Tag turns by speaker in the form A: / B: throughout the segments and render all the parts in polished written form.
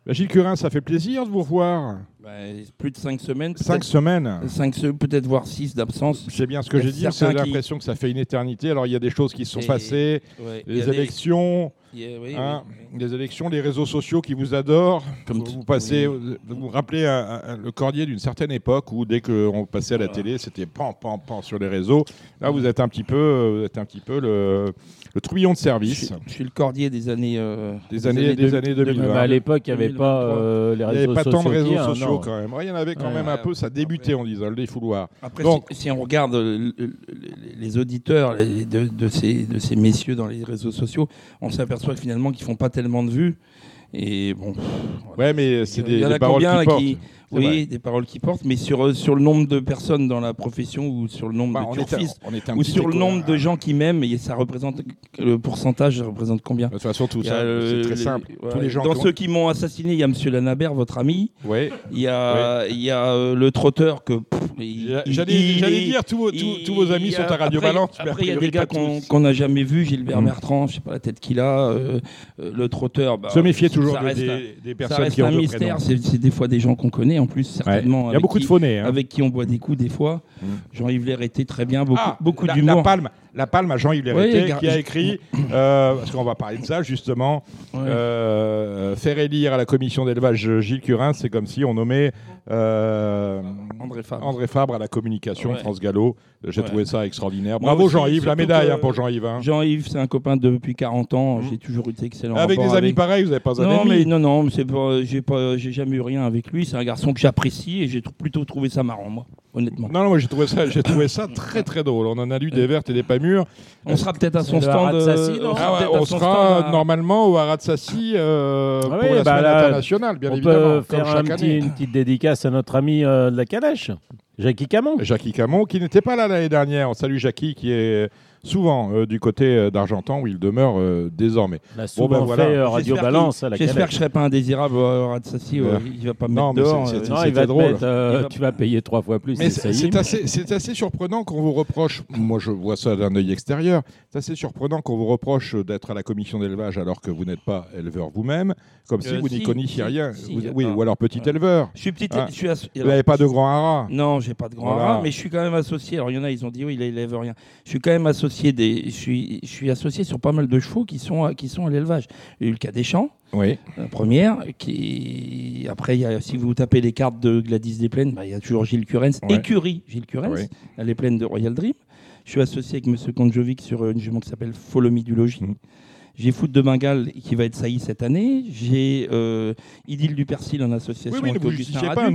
A: Gilles Curins, ça fait plaisir de vous revoir.
B: Plus de 5 semaines.
A: 5 semaines.
B: Peut-être voire 6 d'absence.
A: C'est bien ce que j'ai dit, j'ai l'impression que ça fait une éternité. Alors il y a des choses qui se sont passées, les élections, les élections, les réseaux sociaux qui vous adorent. Vous vous rappelez le Cordier d'une certaine époque où dès qu'on passait à la télé, c'était pan sur les réseaux. Là vous êtes un petit peu le trouillon de service.
B: Je suis le Cordier des années
A: 2020.
C: À l'époque, il n'y avait pas les réseaux sociaux.
A: Il n'y avait pas tant de réseaux sociaux quand même. Il y en avait quand même un peu, ça débutait, on disait, le défouloir.
B: Après, si on regarde les auditeurs de ces messieurs dans les réseaux sociaux, on s'aperçoit finalement qu'ils ne font pas tellement de vues. Et bon,
A: ouais, mais c'est des paroles qui portent.
B: Oui, des paroles qui portent, mais sur le nombre de personnes dans la profession ou sur le nombre de turfistes ou sur le nombre de gens qui m'aiment, et ça représente le pourcentage, ça représente combien?
A: De toute façon, tout ça, c'est très simple.
B: Tous les gens dans ceux qui m'ont assassiné, il y a Monsieur Lanabert, votre ami.
A: Oui.
B: Il y a le trotteur que.
A: J'allais dire tous vos amis sont à Radio Balance.
B: Après, il y a des gars qu'on n'a jamais vus, Gilbert Bertrand, je sais pas la tête qu'il a, le trotteur.
A: Se méfier toujours des personnes qui ont
B: un mystère. C'est des fois des gens qu'on connaît en plus certainement.
A: Il y a beaucoup de phonés.
B: Avec qui on boit des coups des fois. Jean-Yves Lérêté, très bien, beaucoup d'humour.
A: La palme à Jean-Yves Lérêté qui a écrit, parce qu'on va parler de ça justement, faire élire à la commission d'élevage Gilles Curins, c'est comme si on nommait André Fabre à la communication de France Gallo. J'ai trouvé ça extraordinaire. Bravo aussi, Jean-Yves, la médaille pour Jean-Yves.
B: Jean-Yves, c'est un copain depuis 40 ans. J'ai toujours eu d'excellents rapports
A: avec des amis pareils, vous n'avez pas un ami?
B: Non, j'ai jamais eu rien avec lui. C'est un garçon que j'apprécie et j'ai plutôt trouvé ça marrant, moi, honnêtement.
A: Non, moi j'ai trouvé ça très très drôle. On en a lu des vertes et des pas mûres.
B: On sera peut-être à son stand.
A: On sera normalement au Haras de Sassy pour la semaine internationale, bien évidemment.
C: On peut faire une petite dédicace à notre ami de la calèche, Jackie Camon.
A: Jackie Camon, qui n'était pas là l'année dernière. On salue Jackie, qui est souvent du côté d'Argentan, où il demeure désormais.
C: On a souvent fait Radio Balance à la calèche.
B: J'espère que je ne serai pas indésirable au Haras de Sassy. Il ne va pas me mettre dehors.
C: Non, il va drôle. Tu vas payer 3 fois plus.
A: Mais c'est assez surprenant qu'on vous reproche, moi je vois ça d'un œil extérieur, c'est assez surprenant qu'on vous reproche d'être à la commission d'élevage alors que vous n'êtes pas éleveur vous-même, comme si vous n'y connaissiez rien. Ou alors petit éleveur. Vous n'avez pas de grand haras?
B: Non, j'ai pas de grand haras, mais je suis quand même associé. Alors il y en a, ils ont dit oui, il élève rien. Je suis quand même associé. Je suis associé sur pas mal de chevaux qui sont à l'élevage. Il y a eu le cas des champs, la première. Après, si vous tapez les cartes de Gladys Desplaines, il y a toujours Gilles Curins, écurie Gilles Curins, à les Plaines de Royal Dream. Je suis associé avec M. Kondjovic sur une jument qui s'appelle Follomi du Logis. J'ai Foot de Bengale qui va être saillie cette année. J'ai Idylle du Persil en association avec Augustin Radu.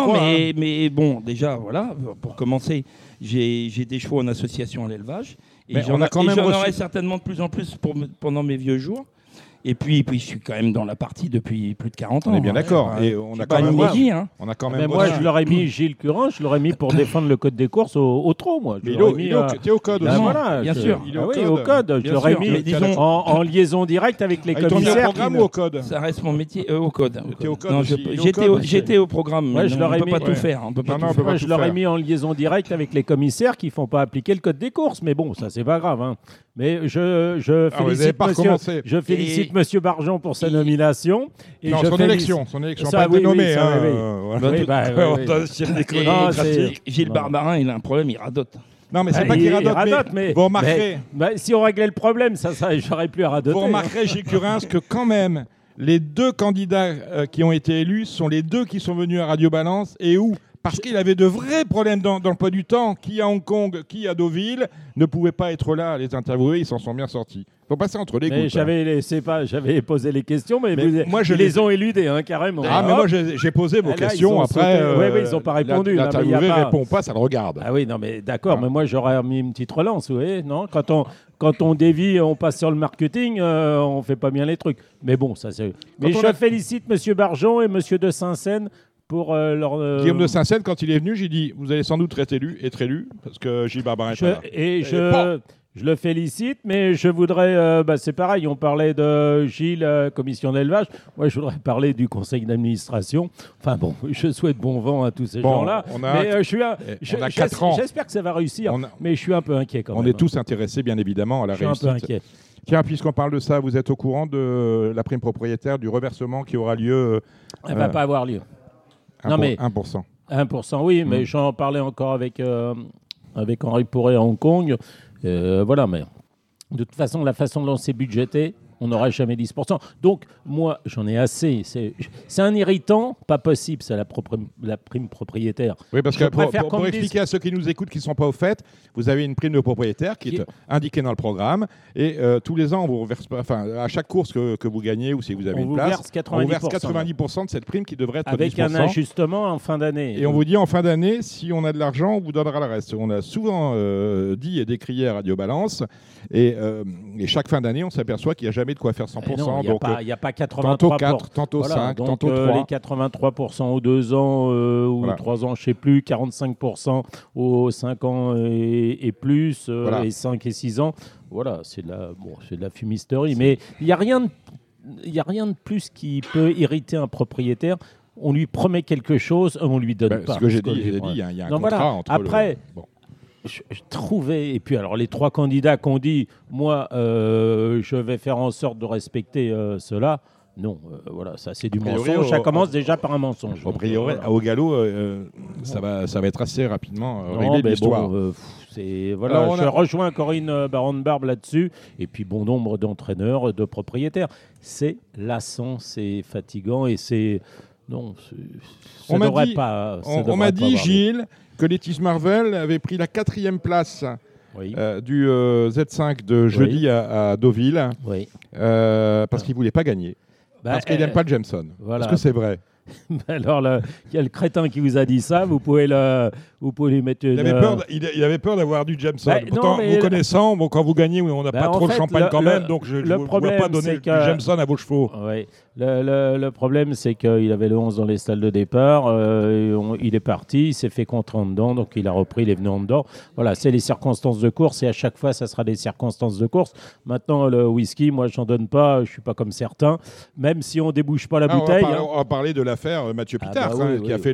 B: Mais bon, déjà, voilà, pour commencer, j'ai des chevaux en association à l'élevage. Et j'en aurai certainement de plus en plus pendant mes vieux jours. Et puis, je suis quand même dans la partie depuis plus de 40 ans.
A: On est bien d'accord. Et on a quand même
C: moi, je l'aurais mis Gilles Curins, je l'aurais mis pour défendre le code des courses au trot, moi.
A: Tu es au code aussi.
C: Voilà,
B: bien sûr.
C: Oui, au code. Je l'aurais mis en liaison directe avec les commissaires.
A: Au programme ou au code?
B: Ça reste mon métier. Au code.
A: J'étais
B: au programme. On ne peut pas tout faire.
C: Je l'aurais mis en liaison directe avec les commissaires qui ne font pas appliquer le code des courses. Mais bon, ça, c'est pas grave. Mais je félicite Monsieur Barjon pour sa nomination.
A: Et son élection, pas été nommé.
B: Gilles Barbarin, il a un problème, il radote.
A: Non, mais c'est pas qu'il radote, mais vous remarquerez...
C: si on réglait le problème, j'aurais plus à radoter.
A: Vous remarquerez, Gilles Curins, que quand même, les 2 candidats qui ont été élus sont les 2 qui sont venus à Radio Balance et où parce qu'il avait de vrais problèmes dans le poids du temps, qui à Hong Kong, qui à Deauville, ne pouvaient pas être là à les interviewer, ils s'en sont bien sortis. Il faut passer entre les gouttes.
C: J'avais posé les questions, mais moi, je les ont éludées, carrément.
A: Ah, mais moi, j'ai posé vos questions. Après,
C: ils n'ont pas répondu.
A: L'interviewé ne répond pas, ça le regarde.
C: Ah oui, non, mais d'accord, mais moi, j'aurais mis une petite relance, vous voyez, non ? Quand on dévie, on passe sur le marketing, on ne fait pas bien les trucs. Mais bon, ça c'est... Mais je félicite M. Barjon et M. de Saint-Seine pour leur...
A: Guillaume de Saint-Seine, quand il est venu, j'ai dit, vous allez sans doute être élu, parce que Gilles Barbarin est pas là.
C: Je le félicite, mais je voudrais... c'est pareil, on parlait de Gilles, commission d'élevage. Moi, je voudrais parler du conseil d'administration. Enfin bon, je souhaite bon vent à tous ces gens-là. On a 4 ans. J'espère que ça va réussir, mais je suis un peu inquiet quand même.
A: On est tous intéressés, bien évidemment, à la réussite.
C: Je suis un peu inquiet.
A: Tiens, puisqu'on parle de ça, vous êtes au courant de la prime propriétaire, du reversement qui aura lieu
C: Elle ne va pas avoir lieu.
A: 1%.
C: 1%, oui, mais j'en parlais encore avec Henri Pourret à Hong Kong. Voilà, mais de toute façon, la façon dont c'est budgété, on n'aura jamais 10%. Donc, moi, j'en ai assez. C'est un irritant, pas possible, c'est la prime propriétaire.
A: Oui, parce que pour expliquer à ceux qui nous écoutent, qui ne sont pas au fait, vous avez une prime de propriétaire qui est indiquée dans le programme. Et tous les ans, on vous reverse, à chaque course que vous gagnez ou si vous avez une place, on vous verse 90% de cette prime qui devrait être
C: avec
A: 10%.
C: Un ajustement en fin d'année.
A: Et on vous dit en fin d'année, si on a de l'argent, on vous donnera le reste. On a souvent dit et décrié à Radio Balance. Et chaque fin d'année, on s'aperçoit qu'il n'y a jamais de quoi faire 100%.
C: Il n'y a pas 83%.
A: Tantôt 4, tantôt 5, tantôt 3.
C: Les 83% aux 2 ans ou 3 ans, je ne sais plus, 45% aux 5 ans et plus, et 5 et 6 ans. Voilà, c'est de la fumisterie. Mais il n'y a rien de plus qui peut irriter un propriétaire. On lui promet quelque chose, on ne lui donne pas.
A: Ce que j'ai dit, il y a un contrat entre
C: après, je trouvais, et puis alors les 3 candidats qui ont dit, moi, je vais faire en sorte de respecter cela. Non, voilà, ça c'est du mensonge. Ça commence déjà par un mensonge.
A: Au galop, ça va être assez rapidement réglé l'histoire.
C: Alors, je rejoins Corinne Baron-Barbe là-dessus. Et puis bon nombre d'entraîneurs, de propriétaires. C'est lassant, c'est fatigant et c'est... Non, ça ne devrait pas...
A: On m'a dit, Gilles, que Lettice Marvel avait pris la 4e place du Z5 de jeudi à Deauville parce qu'il ne voulait pas gagner. Parce qu'il n'aime pas le Jameson. Voilà. Est-ce que c'est vrai?
C: Alors, il y a le crétin qui vous a dit ça. Vous pouvez lui mettre une...
A: Il avait peur d'avoir du Jameson. Pourtant, vous connaissant, quand vous gagnez, on n'a pas trop de champagne quand même, donc je ne vois pas donner du Jameson à vos chevaux.
C: Oui. Le problème, c'est qu'il avait le 11 dans les stalles de départ. Il est parti, il s'est fait contrer en dedans, donc il a repris, il est venu en dedans. Voilà, c'est les circonstances de course, et à chaque fois, ça sera des circonstances de course. Maintenant, le whisky, moi, je n'en donne pas, je ne suis pas comme certains, même si on ne débouche pas la bouteille.
A: On va parler de l'affaire Mathieu Pitard, qui a fait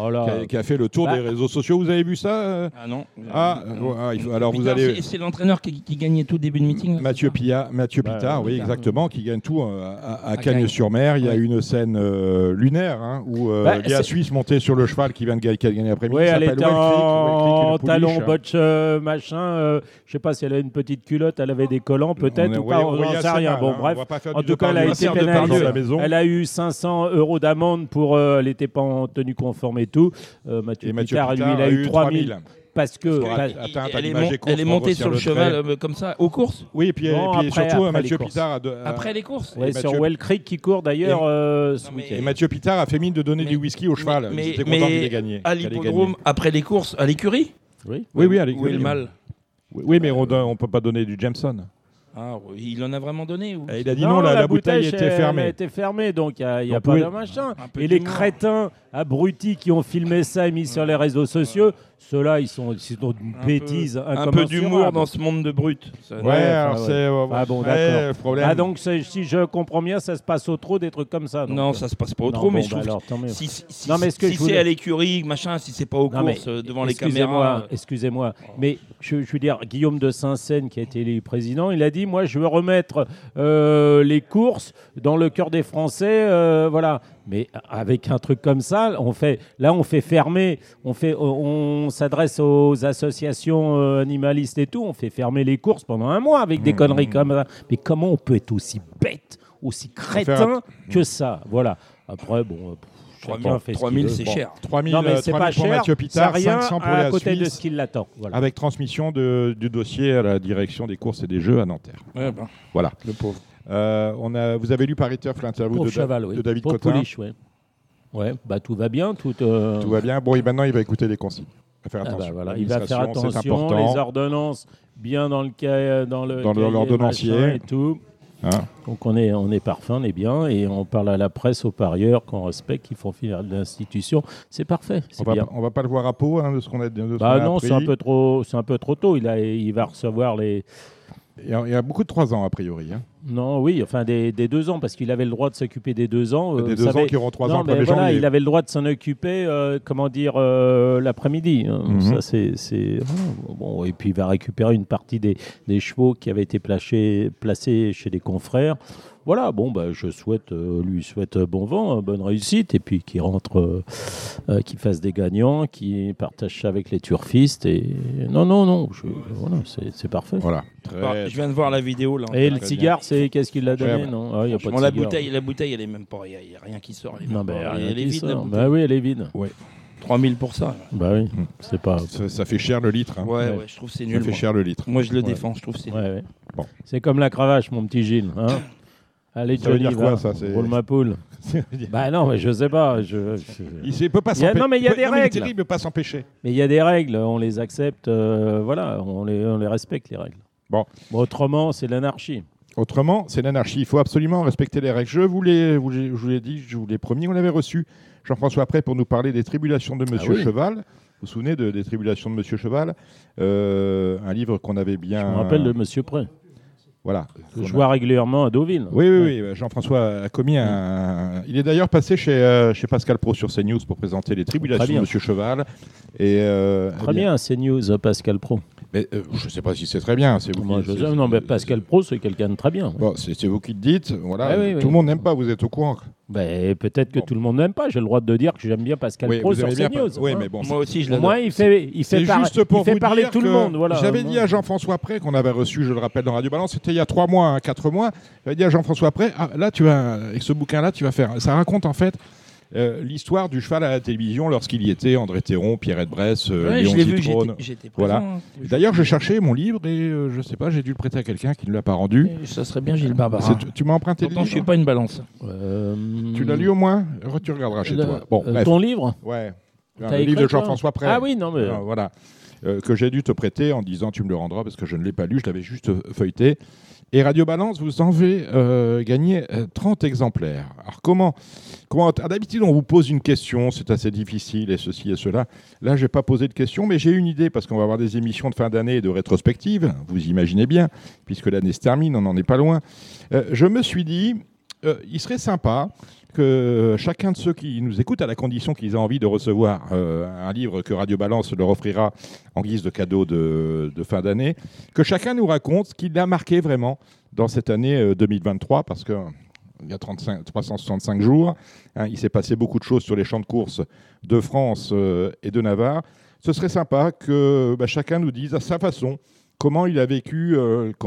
A: le tour des réseaux sociaux. Vous avez vu ça?
B: Ah non.
A: Alors vous allez...
B: C'est l'entraîneur qui gagnait tout début de meeting.
A: Mathieu Pitard, oui, exactement, qui gagne tout à Cagnes-sur-Mer. Il y a une scène lunaire où Léa Suisse montait sur le cheval qui vient de gagner l'après-midi.
C: Oui, elle était en talon, botch, machin. Je ne sais pas si elle avait une petite culotte, elle avait des collants peut-être ou pas, on n'en sait rien. Bon, bref, en tout cas, elle a été pénalisée. Elle a eu 500 € d'amende pour... elle n'était pas en tenue conforme et tout. Mathieu Pitard, lui, il a eu 3000. Parce que
B: elle est montée sur le cheval comme ça aux courses.
A: Oui, et puis surtout Mathieu Pitard
B: après les courses.
C: Sur Well Creek qui court d'ailleurs ce week-end.
A: Et Mathieu Pitard a fait mine de donner du whisky au cheval. Il était content qu'il ait gagné.
B: À l'hippodrome après les courses à l'écurie.
A: Oui, à l'écurie.
B: Où est le mal?
A: Oui, mais on ne peut pas donner du Jameson.
B: Ah, il en a vraiment donné ou...
A: Il a dit non, la bouteille était fermée.
C: Elle était fermée, donc il n'y a pas de machin. Et les crétins abrutis qui ont filmé ça et mis sur les réseaux sociaux, ceux-là, ils sont d'une bêtise incommensurable.
B: Un peu d'humour dans ce monde de brutes.
A: C'est...
C: bon, d'accord. Problème. Donc, si je comprends bien, ça se passe au trot, des trucs comme ça.
B: Non, ça se passe pas au trot, mais je trouve si c'est à l'écurie, machin, si c'est pas aux courses, devant les caméras...
C: Excusez-moi, mais je veux dire, Guillaume de Saint-Seine, qui a été élu président, il a dit, moi, je veux remettre les courses dans le cœur des Français, voilà. Mais avec un truc comme ça, on fait fermer, on s'adresse aux associations animalistes et tout, on fait fermer les courses pendant un mois avec des conneries comme ça. Mais comment on peut être aussi bête, aussi crétin que ça? Voilà. Après, bon...
B: 3000, c'est cher.
A: 3000 pour Mathieu Pitard, 500 pour la
C: côté
A: Suisse,
C: de ce qui l'attend. Voilà.
A: Avec transmission du dossier à la direction des courses et des jeux à Nanterre. Voilà.
B: Le pauvre.
A: Vous avez lu Paris Turf l'interview de David Cotin.
C: Pouliche, tout va bien. Tout
A: va bien. Bon, et maintenant, il va écouter les consignes. Il va faire attention.
C: Il va faire attention. Les ordonnances, bien dans
A: l'ordonnancier
C: et tout. Donc on est parfait, on est bien, et on parle à la presse, aux parieurs qu'on respecte, qui font finir l'institution. C'est parfait.
A: On va pas le voir à Pau de ce qu'on a.
C: Non, c'est un peu trop tôt. Il va recevoir
A: Il y a beaucoup de 3 ans, a priori. Hein.
C: Non, oui, enfin des 2 ans, parce qu'il avait le droit de s'occuper des 2 ans.
A: Des 2 ans qui auront 3 ans après les
C: gens. Il avait le droit de s'en occuper, l'après-midi. Hein. Ça, c'est bon, et puis il va récupérer une partie des chevaux qui avaient été placés chez des confrères. Voilà, bon, je lui souhaite bon vent, bonne réussite, et puis qu'il rentre, qu'il fasse des gagnants, qu'il partage ça avec les turfistes. Et non, voilà, c'est parfait.
A: Voilà.
B: Je viens de voir la vidéo là.
C: Et le cigare, qu'est-ce qu'il a donné? Non, y a pas de
B: cigare. La bouteille, elle est même pas. Il y a rien qui sort. Elle est vide.
C: Bah oui, elle est vide.
A: Ouais.
B: 3000 pour ça.
C: Bah oui, c'est pas.
A: Ça fait cher le litre. Hein.
B: Ouais, je trouve que c'est nul.
A: Ça fait cher le litre.
B: Moi, je le défends. Je trouve que c'est nul.
C: Ouais. Bon. C'est comme la cravache, mon petit Gilles. Hein. Allez,
A: ça veut dire quoi, ça?
C: Roule ma poule. Bah non, mais je sais pas.
A: Il peut pas s'empêcher.
C: Non, mais il y a des règles.
A: Il ne peut pas s'empêcher.
C: Mais il y a des règles, on les accepte. Voilà, on les respecte, les règles.
A: Bon.
C: Autrement, c'est l'anarchie.
A: Autrement, c'est l'anarchie. Il faut absolument respecter les règles. Je vous l'ai dit, je vous l'ai promis. On avait reçu Jean-François Prey pour nous parler des tribulations de Monsieur Cheval. Vous vous souvenez des tribulations de Monsieur Cheval, un livre qu'on avait bien...
C: Je me rappelle de Monsieur Prey.
A: Voilà.
C: Je vois régulièrement à Deauville.
A: Oui. Jean-François a commis Il est d'ailleurs passé chez Pascal Pro sur CNews pour présenter les tribulations de Monsieur Cheval.
C: Très bien, CNews, Pascal Pro.
A: Mais je ne sais pas si c'est très bien. C'est vous
C: non, mais Pascal Pro, c'est quelqu'un de très bien.
A: Bon, c'est vous qui le dites. Voilà. Tout le monde n'aime pas, vous êtes au courant.
C: Peut-être que tout le monde n'aime pas. J'ai le droit de dire que j'aime bien Pascal Pro sur CNews.
A: Oui, mais bon,
B: moi aussi, je l'adore.
C: Moi, il fait parler tout le monde. Voilà.
A: J'avais dit à Jean-François Prey, qu'on avait reçu, je le rappelle, dans Radio Balance, c'était il y a 3 mois, 4 mois. J'avais dit à Jean-François Prey, là, avec ce bouquin-là, tu vas faire. Ça raconte en fait l'histoire du cheval à la télévision lorsqu'il y était, André Théron, Pierrette Bresse, Léon Zitrone.
B: J'étais
A: voilà. D'ailleurs, je cherchais mon livre et je sais pas, j'ai dû le prêter à quelqu'un qui ne l'a pas rendu.
B: Ça serait bien Gilles Barbara.
A: Tu m'as emprunté le livre.
B: Je suis pas une balance.
A: Tu l'as lu au moins? Tu regarderas chez toi. Bon,
C: ton livre?
A: Ouais. Le livre de Jean-François Prey.
C: Ah oui, non mais
A: voilà. Que j'ai dû te prêter en disant tu me le rendras parce que je ne l'ai pas lu, je l'avais juste feuilleté. Et Radio Balance, vous en avez gagné 30 exemplaires. Alors comment d'habitude, on vous pose une question, c'est assez difficile, et ceci et cela. Là, je n'ai pas posé de question, mais j'ai une idée, parce qu'on va avoir des émissions de fin d'année et de rétrospective, vous imaginez bien, puisque l'année se termine, on n'en est pas loin. Je me suis dit, il serait sympa que chacun de ceux qui nous écoutent, à la condition qu'ils aient envie de recevoir un livre que Radio Balance leur offrira en guise de cadeau de fin d'année, que chacun nous raconte ce qui l'a marqué vraiment dans cette année 2023, parce qu'il y a 365 jours, il s'est passé beaucoup de choses sur les champs de course de France et de Navarre. Ce serait sympa que chacun nous dise à sa façon comment il a vécu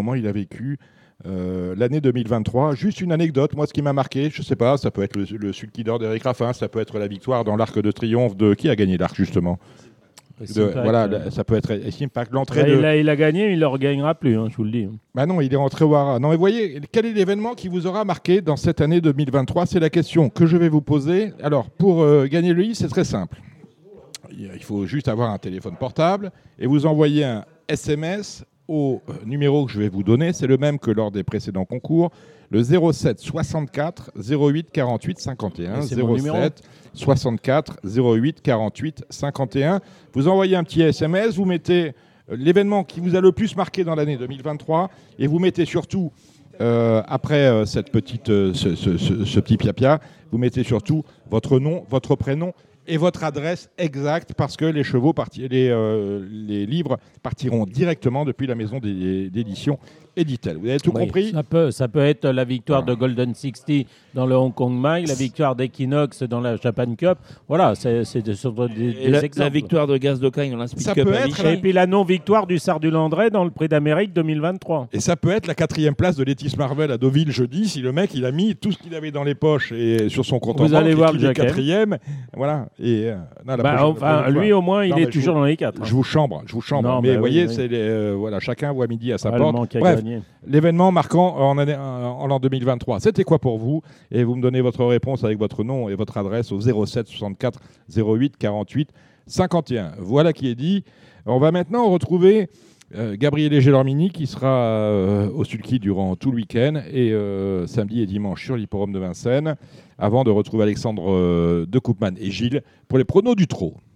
A: l'année 2023. Juste une anecdote, moi ce qui m'a marqué, je sais pas, ça peut être le sulky d'or d'Éric Raffin, ça peut être la victoire dans l'Arc de Triomphe de... Qui a gagné l'Arc justement? Ça peut être Impact, l'entrée
C: il a gagné, il ne le regagnera plus, je vous le dis.
A: Bah non, il est rentré au Haras. Non mais voyez, quel est l'événement qui vous aura marqué dans cette année 2023? C'est la question que je vais vous poser. Alors, pour gagner le livre, c'est très simple. Il faut juste avoir un téléphone portable et vous envoyer un SMS au numéro que je vais vous donner, c'est le même que lors des précédents concours, le 07 64 08 48 51. 07 64 08 48 51. Vous envoyez un petit SMS, vous mettez l'événement qui vous a le plus marqué dans l'année 2023 et vous mettez surtout, après ce petit piapia, vous mettez surtout votre nom, votre prénom et votre adresse exacte, parce que les chevaux, les livres partiront directement depuis la maison d'édition Editel. Vous avez tout compris?
C: Ça peut être la victoire de Golden 60 dans le Hong Kong Mile, la victoire d'Equinox dans la Japan Cup. Voilà, c'est des exemples.
B: La victoire de Gaz d'Ocagne dans la Speed Cup.
C: Et puis la non-victoire du Sardu-Landré dans le Prix d'Amérique 2023.
A: Et ça peut être la 4e place de Letis Marvel à Deauville jeudi, si le mec il a mis tout ce qu'il avait dans les poches et sur son compte en banque.
C: Vous allez voir le
A: 4e. Voilà. Et,
C: lui au moins, il est toujours dans les 4.
A: Je vous chambre. Non, mais vous voyez, voilà, chacun voit midi à sa porte. Bref, l'événement marquant en l'an 2023, c'était quoi pour vous? Et vous me donnez votre réponse avec votre nom et votre adresse au 07 64 08 48 51. Voilà qui est dit. On va maintenant retrouver Gabriel Gelormini qui sera au Sulky durant tout le week-end et samedi et dimanche sur l'hipporome de Vincennes, avant de retrouver Alexandre de Koopman et Gilles pour les pronos du trot.